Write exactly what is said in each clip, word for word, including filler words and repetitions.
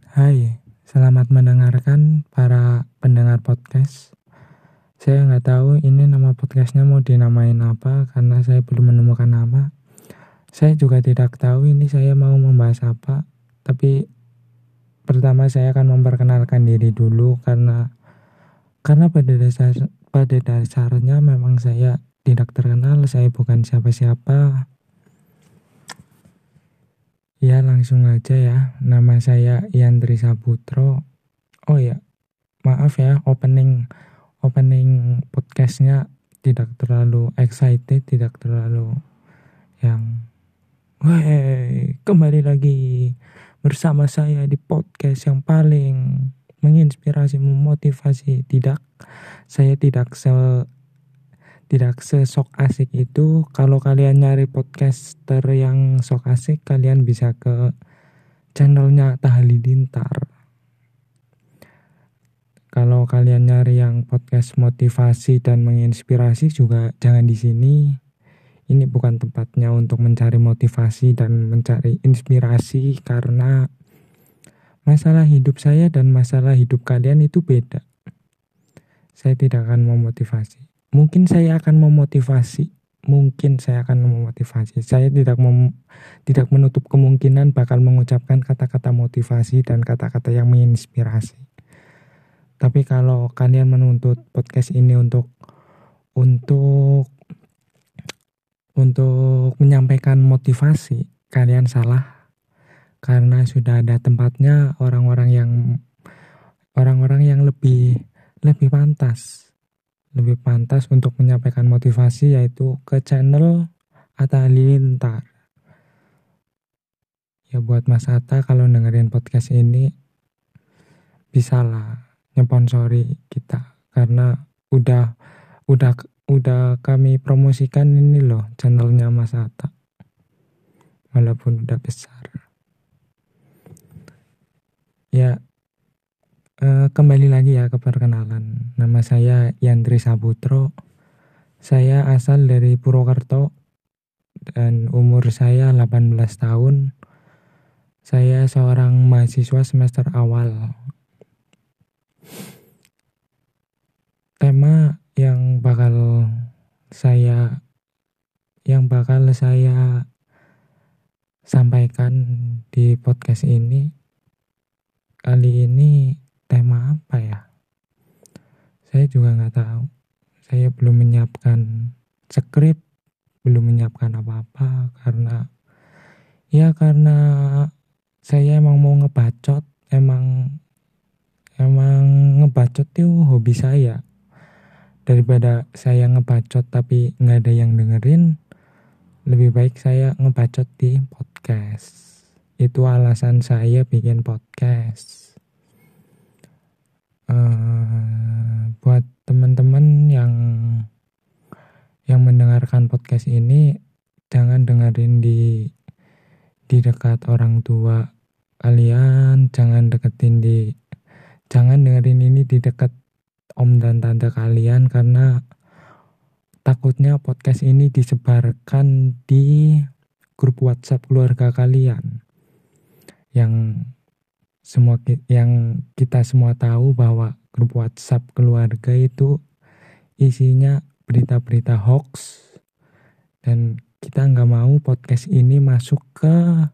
Hai, selamat mendengarkan para pendengar podcast. Saya nggak tahu ini nama podcastnya mau dinamain apa karena saya belum menemukan nama. Saya juga tidak tahu ini saya mau membahas apa. Tapi pertama saya akan memperkenalkan diri dulu karena karena pada dasar pada dasarnya memang saya tidak terkenal. Saya bukan siapa-siapa. Ya langsung aja ya. Nama saya Yandri Saputro. Oh ya, maaf ya opening opening podcastnya tidak terlalu excited, tidak terlalu yang weh, kembali lagi bersama saya di podcast yang paling menginspirasi, memotivasi. Tidak, saya tidak se tidak sesok asik itu. Kalau kalian nyari podcaster yang sok asik, kalian bisa ke channelnya Atta Halilintar. Kalau kalian nyari yang podcast motivasi dan menginspirasi juga jangan di sini. Ini bukan tempatnya untuk mencari motivasi dan mencari inspirasi karena masalah hidup saya dan masalah hidup kalian itu beda. Saya tidak akan memotivasi. Mungkin saya akan memotivasi. Mungkin saya akan memotivasi. Saya tidak mem, tidak menutup kemungkinan bakal mengucapkan kata-kata motivasi dan kata-kata yang menginspirasi. Tapi kalau kalian menuntut podcast ini untuk untuk untuk menyampaikan motivasi, kalian salah karena sudah ada tempatnya orang-orang yang orang-orang yang lebih lebih pantas, lebih pantas untuk menyampaikan motivasi yaitu ke channel Atta Halilintar. Ya buat Mas Atta kalau dengerin podcast ini bisalah nyponsori kita karena udah udah udah kami promosikan ini loh channelnya Mas Atta walaupun udah besar. Ya eh, kembali lagi ya ke perkenalan. Nama saya Yandri Saputro. Saya asal dari Purwokerto dan umur saya delapan belas tahun. Saya seorang mahasiswa semester awal. Tema yang bakal saya yang bakal saya sampaikan di podcast ini kali ini tema apa ya? Saya juga nggak tahu. Saya belum menyiapkan skrip, belum menyiapkan apa-apa karena ya karena saya emang mau ngebacot, emang emang ngebacot itu hobi saya. Daripada saya ngebacot tapi nggak ada yang dengerin, lebih baik saya ngebacot di podcast. Itu alasan saya bikin podcast. Uh, buat teman-teman yang yang mendengarkan podcast ini, jangan dengerin di di dekat orang tua kalian, jangan deketin di jangan dengerin ini di dekat om dan tante kalian karena takutnya podcast ini disebarkan di grup WhatsApp keluarga kalian yang semua yang kita semua tahu bahwa grup WhatsApp keluarga itu isinya berita-berita hoax dan kita nggak mau podcast ini masuk ke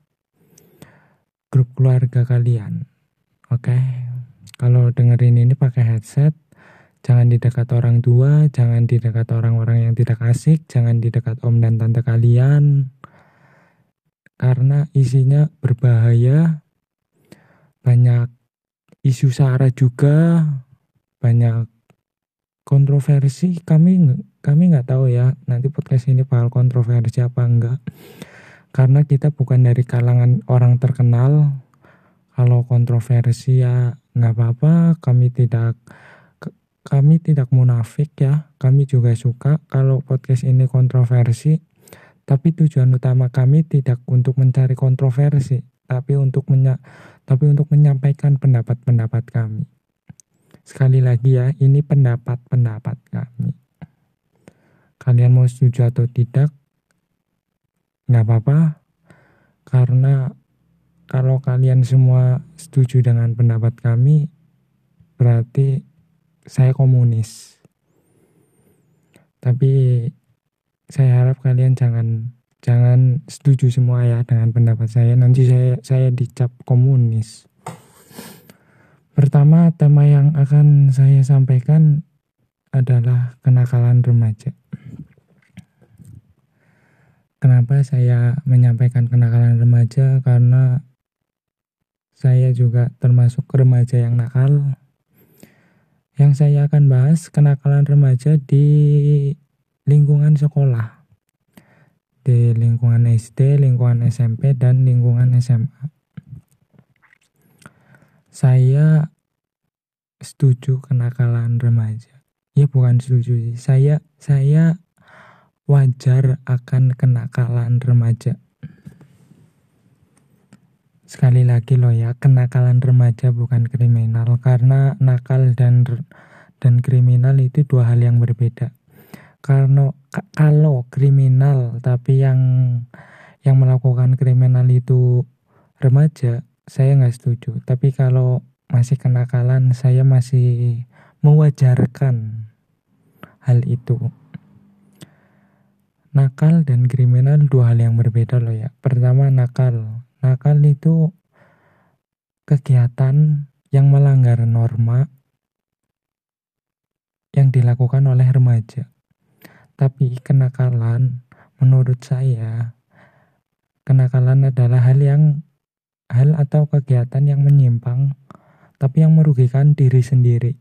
grup keluarga kalian. Oke, okay? Kalau dengerin ini pakai headset, jangan di dekat orang tua, jangan di dekat orang-orang yang tidak asik, jangan di dekat om dan tante kalian. Karena isinya berbahaya, banyak isu sara juga, banyak kontroversi. Kami kami nggak tahu ya, nanti podcast ini bakal kontroversi apa enggak. Karena kita bukan dari kalangan orang terkenal. Kalau kontroversi ya nggak apa-apa, kami tidak kami tidak munafik ya, kami juga suka kalau podcast ini kontroversi, tapi tujuan utama kami tidak untuk mencari kontroversi, tapi untuk menya tapi untuk menyampaikan pendapat-pendapat kami. Sekali lagi ya, ini pendapat-pendapat kami. Kalian mau setuju atau tidak, nggak apa-apa, karena kalau kalian semua setuju dengan pendapat kami, berarti saya komunis. Tapi saya harap kalian jangan jangan setuju semua ya dengan pendapat saya. Nanti saya saya dicap komunis. Pertama, tema yang akan saya sampaikan adalah kenakalan remaja. Kenapa saya menyampaikan kenakalan remaja? Karena saya juga termasuk remaja yang nakal. Yang saya akan bahas kenakalan remaja di lingkungan sekolah. Di lingkungan S D, lingkungan S M P, dan lingkungan S M A. Saya setuju kenakalan remaja. Ya bukan setuju sih. Saya saya wajar akan kenakalan remaja. Sekali lagi loh ya, kenakalan remaja bukan kriminal, karena nakal dan dan kriminal itu dua hal yang berbeda. Karena kalau kriminal tapi yang yang melakukan kriminal itu remaja, saya nggak setuju. Tapi kalau masih kenakalan, saya masih mewajarkan hal itu. Nakal dan kriminal dua hal yang berbeda loh ya. Pertama, nakal. Nakal itu kegiatan yang melanggar norma yang dilakukan oleh remaja. Tapi kenakalan, menurut saya, kenakalan adalah hal yang hal atau kegiatan yang menyimpang, tapi yang merugikan diri sendiri.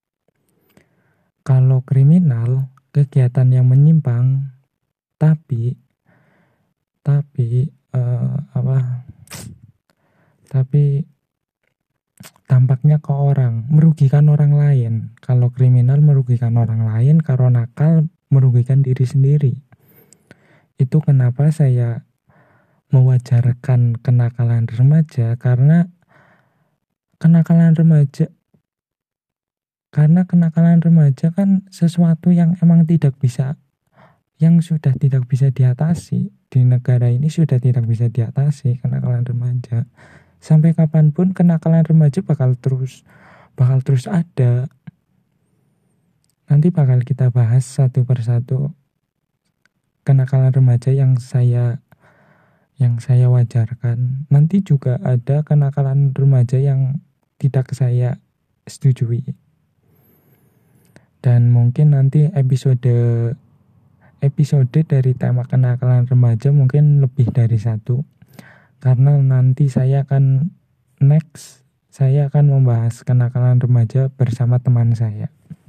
Kalau kriminal, kegiatan yang menyimpang, tapi tapi uh, apa? Tapi dampaknya ke orang, merugikan orang lain. Kalau kriminal merugikan orang lain, kalau nakal merugikan diri sendiri. Itu kenapa saya mewajarkan kenakalan remaja, karena kenakalan remaja karena kenakalan remaja kan sesuatu yang emang tidak bisa, yang sudah tidak bisa diatasi. Di negara ini sudah tidak bisa diatasi kenakalan remaja. Sampai kapanpun kenakalan remaja bakal terus bakal terus ada. Nanti bakal kita bahas satu persatu kenakalan remaja yang saya yang saya wajarkan. Nanti juga ada kenakalan remaja yang tidak saya setujui. Dan mungkin nanti episode episode dari tema kenakalan remaja mungkin lebih dari satu. Karena nanti saya akan next, saya akan membahas kenakalan remaja bersama teman saya.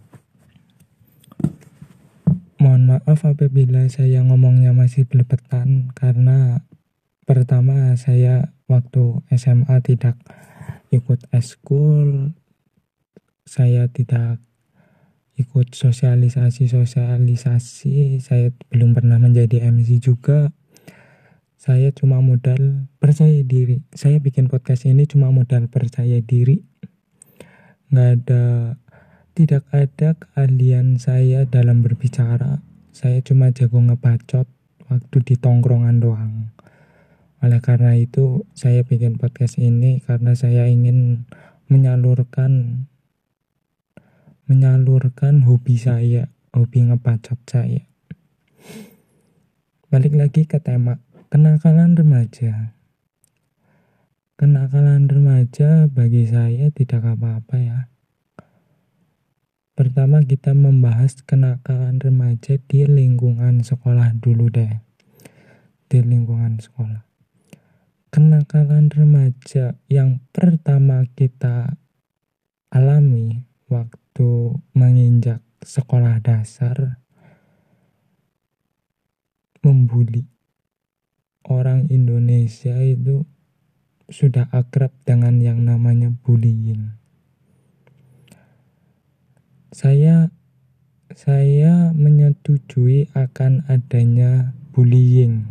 Mohon maaf apabila saya ngomongnya masih belepetan, karena pertama saya waktu S M A tidak ikut eskul, saya tidak ikut sosialisasi-sosialisasi, saya belum pernah menjadi M C juga. Saya cuma modal percaya diri. Saya bikin podcast ini cuma modal percaya diri. Nggak ada, tidak ada keahlian saya dalam berbicara. Saya cuma jago ngebacot waktu di tongkrongan doang. Oleh karena itu, saya bikin podcast ini karena saya ingin menyalurkan menyalurkan hobi saya, hobi ngebacot saya. Balik lagi ke tema kenakalan remaja. Kenakalan remaja bagi saya tidak apa-apa ya. Pertama kita membahas kenakalan remaja di lingkungan sekolah dulu deh. Di lingkungan sekolah. Kenakalan remaja yang pertama kita alami waktu menginjak sekolah dasar, membuli. Orang Indonesia itu sudah akrab dengan yang namanya bullying. Saya saya menyetujui akan adanya bullying.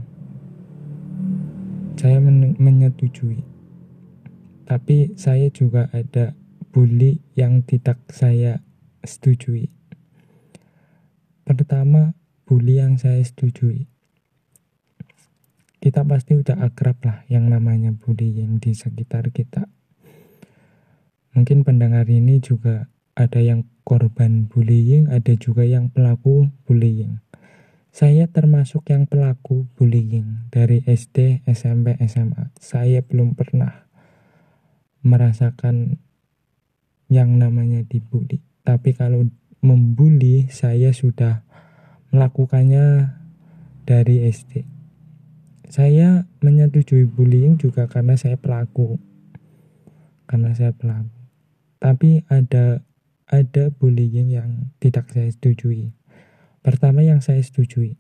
Saya men- menyetujui. Tapi saya juga ada bully yang tidak saya setujui. Pertama, bully yang saya setujui. kita pasti udah akrab lah yang namanya bullying di sekitar kita. Mungkin pendengar ini juga ada yang korban bullying, ada juga yang pelaku bullying. Saya termasuk yang pelaku bullying dari S D, S M P, S M A. Saya belum pernah merasakan yang namanya dibully. Tapi kalau membuli, saya sudah melakukannya dari S D. Saya menyetujui bullying juga karena saya pelaku. Karena saya pelaku. Tapi ada ada bullying yang tidak saya setujui. Pertama yang saya setujui,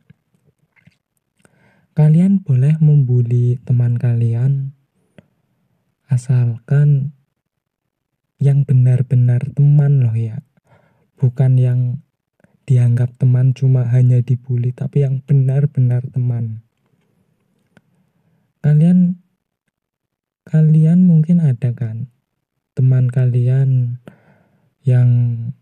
kalian boleh membuli teman kalian asalkan yang benar-benar teman loh ya. Bukan yang dianggap teman cuma hanya dibully, tapi yang benar-benar teman. Kalian kalian mungkin ada kan teman kalian yang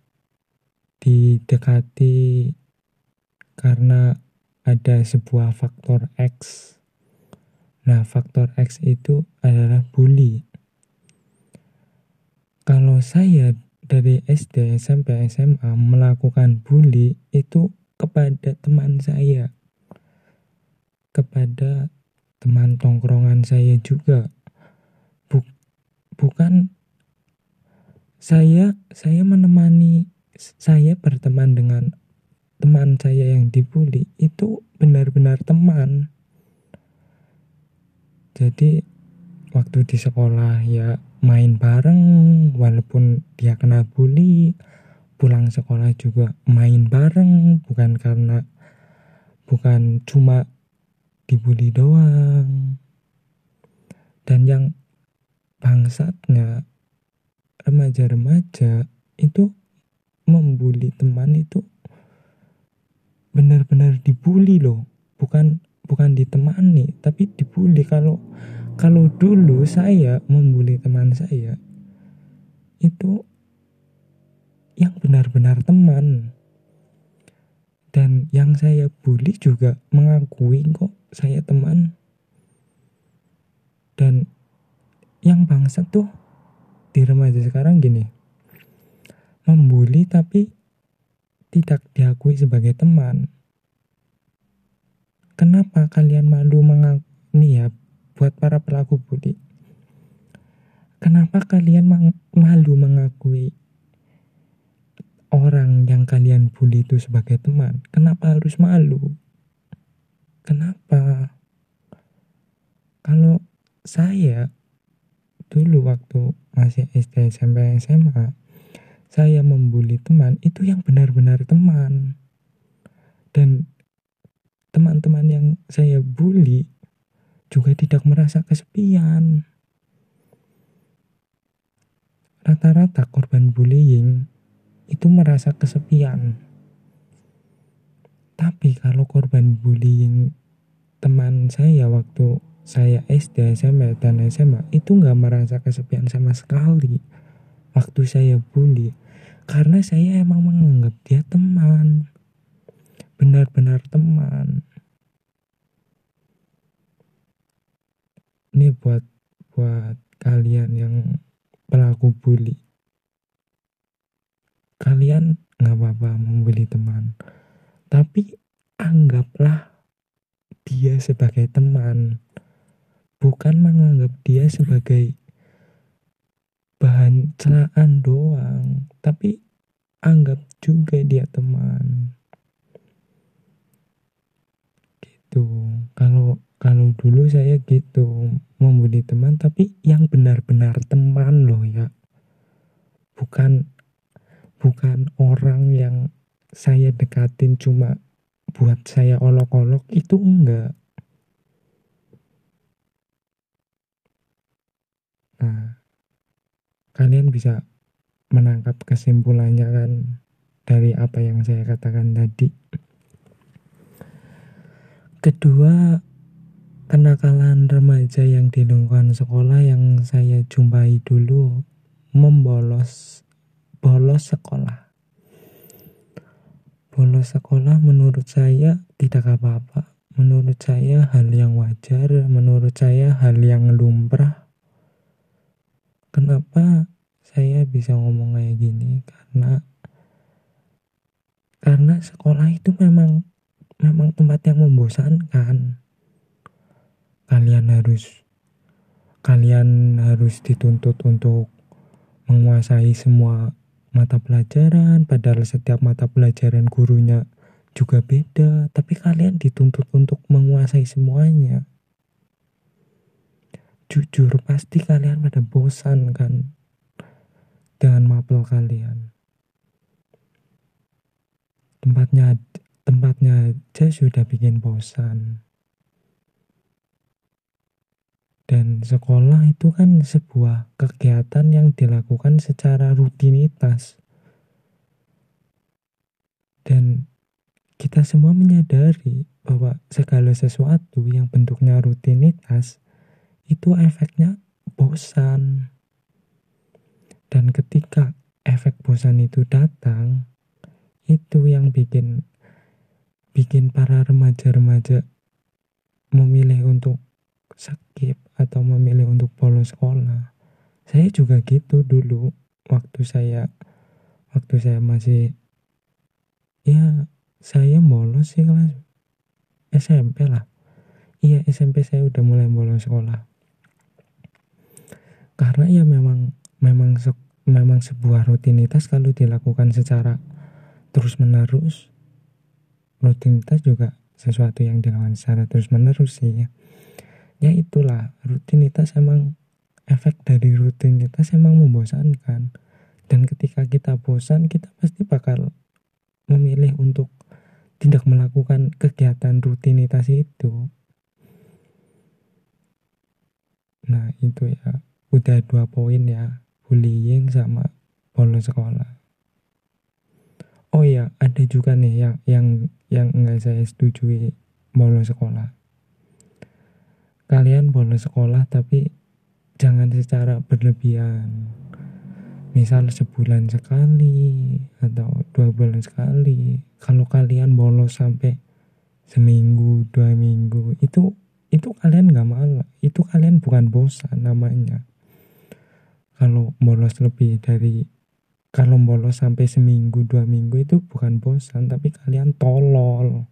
didekati karena ada sebuah faktor X. Nah, faktor X itu adalah bully. Kalau saya dari S D, S M P, S M A melakukan bully itu kepada teman saya, kepada teman tongkrongan saya juga. Buk, bukan saya saya menemani, saya berteman dengan teman saya yang dibully itu benar-benar teman. Jadi waktu di sekolah ya main bareng, walaupun dia kena bully, pulang sekolah juga main bareng, bukan karena bukan cuma dibully doang. Dan yang bangsatnya, remaja-remaja itu membuli teman itu benar-benar dibully loh, bukan bukan ditemani tapi dibully. Kalau kalau dulu saya membuli teman saya itu yang benar-benar teman, dan yang saya bully juga mengakui kok saya teman. Dan yang bangsat tuh di remaja sekarang gini, membuli tapi tidak diakui sebagai teman. Kenapa kalian malu mengakui? Nih ya, buat para pelaku bully, kenapa kalian mang- malu mengakui orang yang kalian bully itu sebagai teman? Kenapa harus malu? Kenapa? Kalau saya dulu waktu masih S D, S M P, S M A, saya membuli teman itu yang benar-benar teman. Dan teman-teman yang saya bully juga tidak merasa kesepian. Rata-rata korban bullying itu merasa kesepian. Tapi kalau korban bullying teman saya waktu saya S D, S M P, dan S M A itu nggak merasa kesepian sama sekali waktu saya bully. Karena saya emang menganggap dia teman, benar-benar teman. Ini buat buat kalian yang pelaku bully, kalian nggak apa-apa membuli teman, tapi anggaplah dia sebagai teman, bukan menganggap dia sebagai bahan celaan doang, tapi anggap juga dia teman. Gitu. Kalau kalau dulu saya gitu, membuli teman tapi yang benar-benar teman loh ya. Bukan bukan orang yang saya dekatin cuma buat saya olok-olok, itu enggak. Nah, kalian bisa menangkap kesimpulannya kan dari apa yang saya katakan tadi. Kedua, kenakalan remaja yang di lingkungan sekolah yang saya jumpai dulu, membolos bolos sekolah. Bolos sekolah menurut saya tidak apa-apa. menurut saya hal yang wajar, menurut saya hal yang lumrah. Kenapa saya bisa ngomong kayak gini? Karena karena sekolah itu memang memang tempat yang membosankan. Kalian harus kalian harus dituntut untuk menguasai semua mata pelajaran, padahal setiap mata pelajaran gurunya juga beda, tapi kalian dituntut untuk menguasai semuanya. Jujur pasti kalian pada bosan kan dengan mapel kalian. Tempatnya tempatnya aja sudah bikin bosan. Dan sekolah itu kan sebuah kegiatan yang dilakukan secara rutinitas. Dan kita semua menyadari bahwa segala sesuatu yang bentuknya rutinitas itu efeknya bosan. Dan ketika efek bosan itu datang, itu yang bikin bikin para remaja-remaja memilih untuk skip atau memilih untuk bolos sekolah. Saya juga gitu dulu waktu saya waktu saya masih ya saya bolos sih kelas S M P lah. Iya, S M P saya udah mulai bolos sekolah. Karena ya memang memang se, memang sebuah rutinitas kalau dilakukan secara terus-menerus. Rutinitas juga sesuatu yang dilakukan secara terus-menerus sih ya. Ya itulah, rutinitas emang efek dari rutinitas emang membosankan. Dan ketika kita bosan, kita pasti bakal memilih untuk tidak melakukan kegiatan rutinitas itu. Nah itu ya, udah dua poin ya, bullying sama bolos sekolah. Oh iya, ada juga nih yang yang yang enggak saya setujui bolos sekolah. Kalian bolos sekolah tapi jangan secara berlebihan. Misal sebulan sekali atau dua bulan sekali. Kalau kalian bolos sampai seminggu, dua minggu, itu itu kalian nggak malah. Itu kalian bukan bosan namanya. Kalau bolos lebih dari kalau bolos sampai seminggu, dua minggu itu bukan bosan, tapi kalian tolol.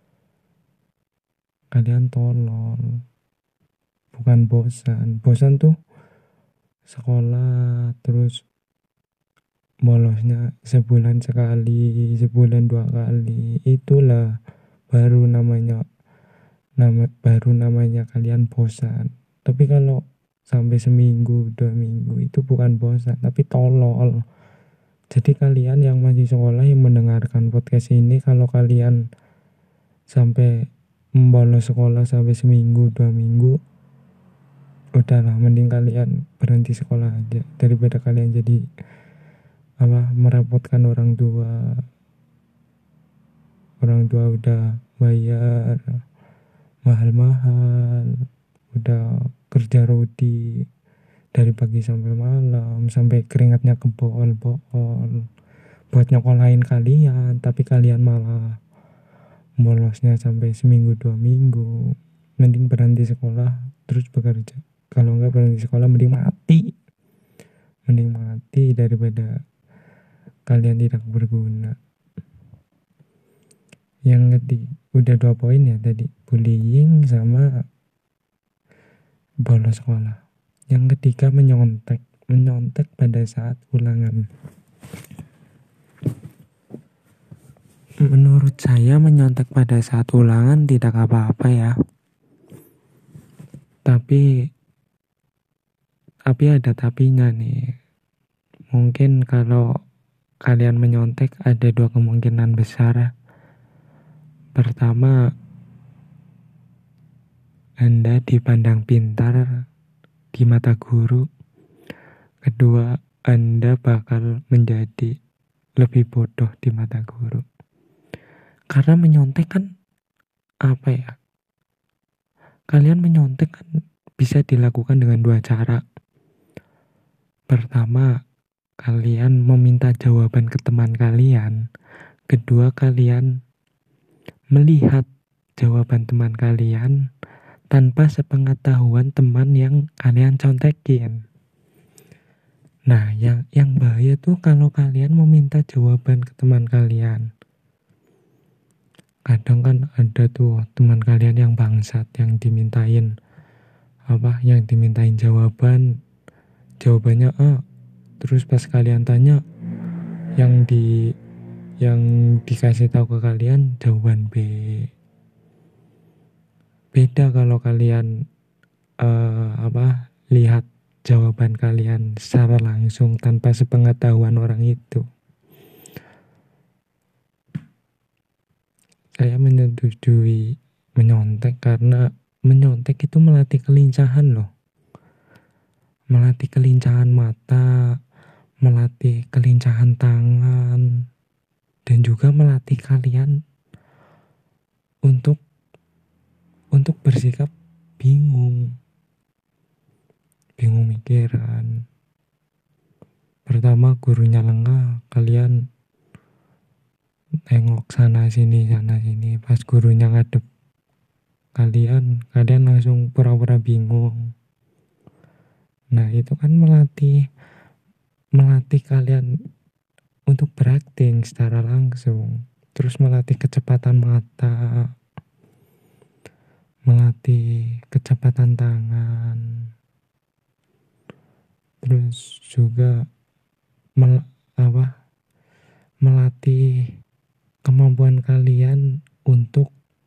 Kalian tolol. Bukan bosan. Bosan tuh sekolah terus bolosnya sebulan sekali, sebulan dua kali. Itulah baru namanya nama baru namanya kalian bosan. Tapi kalau sampai seminggu, dua minggu itu bukan bosan, tapi tolol. Jadi kalian yang masih sekolah yang mendengarkan podcast ini, kalau kalian sampai membolos sekolah sampai seminggu, dua minggu, udahlah mending kalian berhenti sekolah aja daripada kalian jadi apa merepotkan orang tua. Orang tua udah bayar mahal-mahal, udah kerja rodi dari pagi sampai malam, sampai keringatnya kebol-bol buat nyokolain kalian, tapi kalian malah bolosnya sampai seminggu dua minggu. Mending berhenti sekolah terus bekerja. Kalau enggak berhenti sekolah mending mati. Mending mati daripada kalian tidak berguna. Yang ketiga, udah dua poin ya tadi, bullying sama bolos sekolah. Yang ketiga menyontek, menyontek pada saat ulangan. Menurut saya menyontek pada saat ulangan tidak apa-apa ya. Tapi tapi ada tapinya nih. Mungkin kalau kalian menyontek ada dua kemungkinan besar. Pertama, Anda dipandang pintar di mata guru. Kedua, Anda bakal menjadi lebih bodoh di mata guru. Karena menyontek kan apa ya? Kalian menyontek kan bisa dilakukan dengan dua cara. Pertama, kalian meminta jawaban ke teman kalian. Kedua, kalian melihat jawaban teman kalian tanpa sepengetahuan teman yang kalian contekin. Nah, yang yang bahaya tuh kalau kalian meminta jawaban ke teman kalian. Kadang kan ada tuh teman kalian yang bangsat, yang dimintain apa, yang dimintain jawaban, jawabannya A, terus pas kalian tanya, yang di yang dikasih tahu ke kalian jawaban B. Beda kalau kalian uh, apa lihat jawaban kalian secara langsung tanpa sepengetahuan orang itu. Saya menyetujui menyontek karena menyontek itu melatih kelincahan loh. Melatih kelincahan mata, melatih kelincahan tangan, dan juga melatih kalian untuk untuk bersikap bingung. Bingung mikiran. Pertama gurunya lengah, kalian nengok sana sini sana sini, pas gurunya ngadep kalian kalian langsung pura-pura bingung. Nah itu kan melatih melatih kalian untuk berakting secara langsung, terus melatih kecepatan mata, melatih kecepatan tangan, terus juga mel, apa melatih kemampuan kalian untuk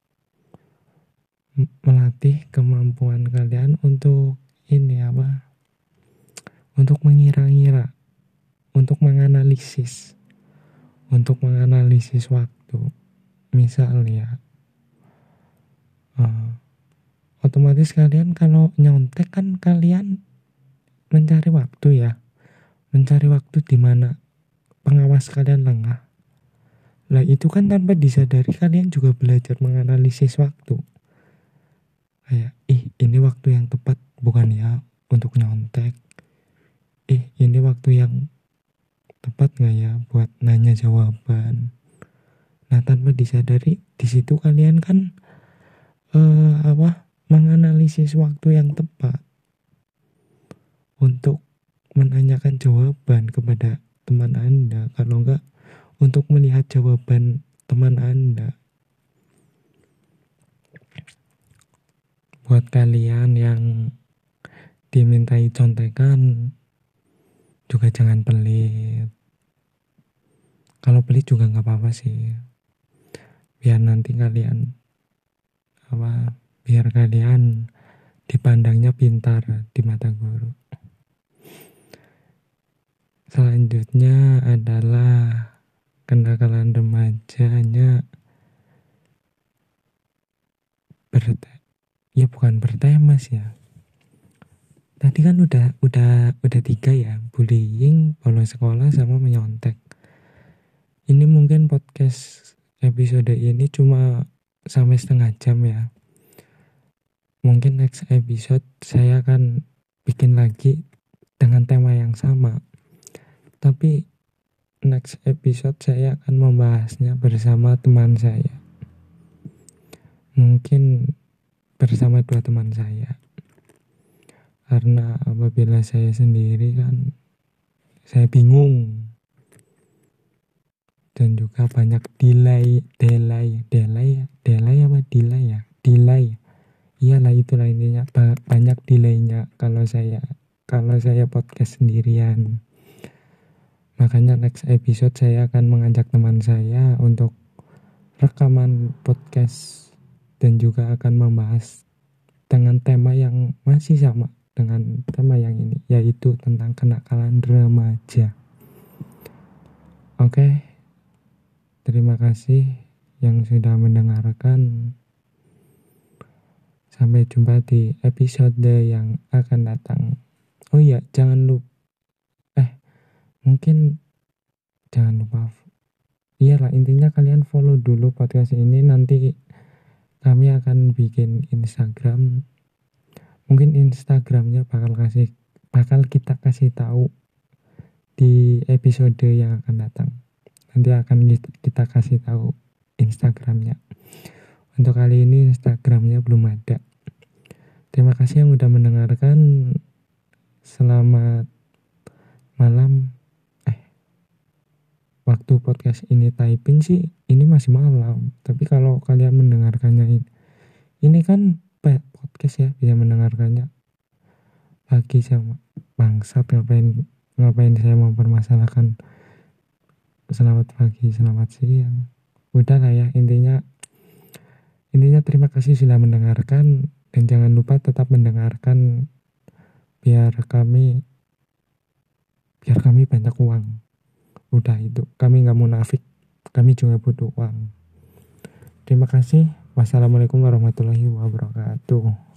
melatih kemampuan kalian untuk ini apa untuk mengira-ngira, untuk menganalisis untuk menganalisis waktu. Misalnya uh, otomatis kalian kalau nyontek kan kalian mencari waktu ya, mencari waktu di mana pengawas kalian lengah. Lah itu kan tanpa disadari kalian juga belajar menganalisis waktu. Kayak, ih ini waktu yang tepat bukan ya untuk nyontek. Ih ini waktu yang tepat nggak ya buat nanya jawaban. Nah tanpa disadari di situ kalian kan uh, apa menganalisis waktu yang tepat untuk menanyakan jawaban kepada teman Anda, kalau enggak untuk melihat jawaban teman Anda. Buat kalian yang dimintai contekan juga jangan pelit. Kalau pelit juga nggak apa-apa sih, biar nanti kalian apa biar kalian dipandangnya pintar di mata guru. Selanjutnya adalah kenakalan remajanya berte ya bukan bertema sih ya. Tadi kan udah udah udah tiga ya, bullying, bolos sekolah, sama menyontek. Ini mungkin podcast episode ini cuma sampai setengah jam ya. Mungkin next episode saya akan bikin lagi dengan tema yang sama. Tapi next episode saya akan membahasnya bersama teman saya. Mungkin bersama dua teman saya. Karena apabila saya sendiri kan saya bingung. Dan juga banyak delay, delay, delay, delay apa delay ya? Delay. Iyalah itulah intinya, banyak delaynya kalau saya kalau saya podcast sendirian. Makanya next episode saya akan mengajak teman saya untuk rekaman podcast dan juga akan membahas dengan tema yang masih sama dengan tema yang ini, yaitu tentang kenakalan remaja. Oke, terima kasih yang sudah mendengarkan. Sampai jumpa di episode yang akan datang. Oh iya, jangan lupa eh mungkin jangan lupa iyalah intinya kalian follow dulu podcast ini. Nanti kami akan bikin Instagram. Mungkin Instagramnya bakal kasih bakal kita kasih tahu di episode yang akan datang. Nanti akan kita kasih tahu Instagramnya. Untuk kali ini Instagramnya belum ada. Terima kasih yang udah mendengarkan. Selamat malam. Eh, waktu podcast ini typing sih ini masih malam. Tapi kalau kalian mendengarkannya ini, ini kan podcast ya, bisa mendengarkannya pagi sama bangsat. Ngapain ngapain saya mempermasalahkan selamat pagi, selamat siang. Udah lah ya, intinya intinya terima kasih sudah mendengarkan dan jangan lupa tetap mendengarkan biar kami biar kami banyak uang. Udah itu, kami nggak munafik, kami juga butuh uang. Terima kasih. Wassalamualaikum warahmatullahi wabarakatuh.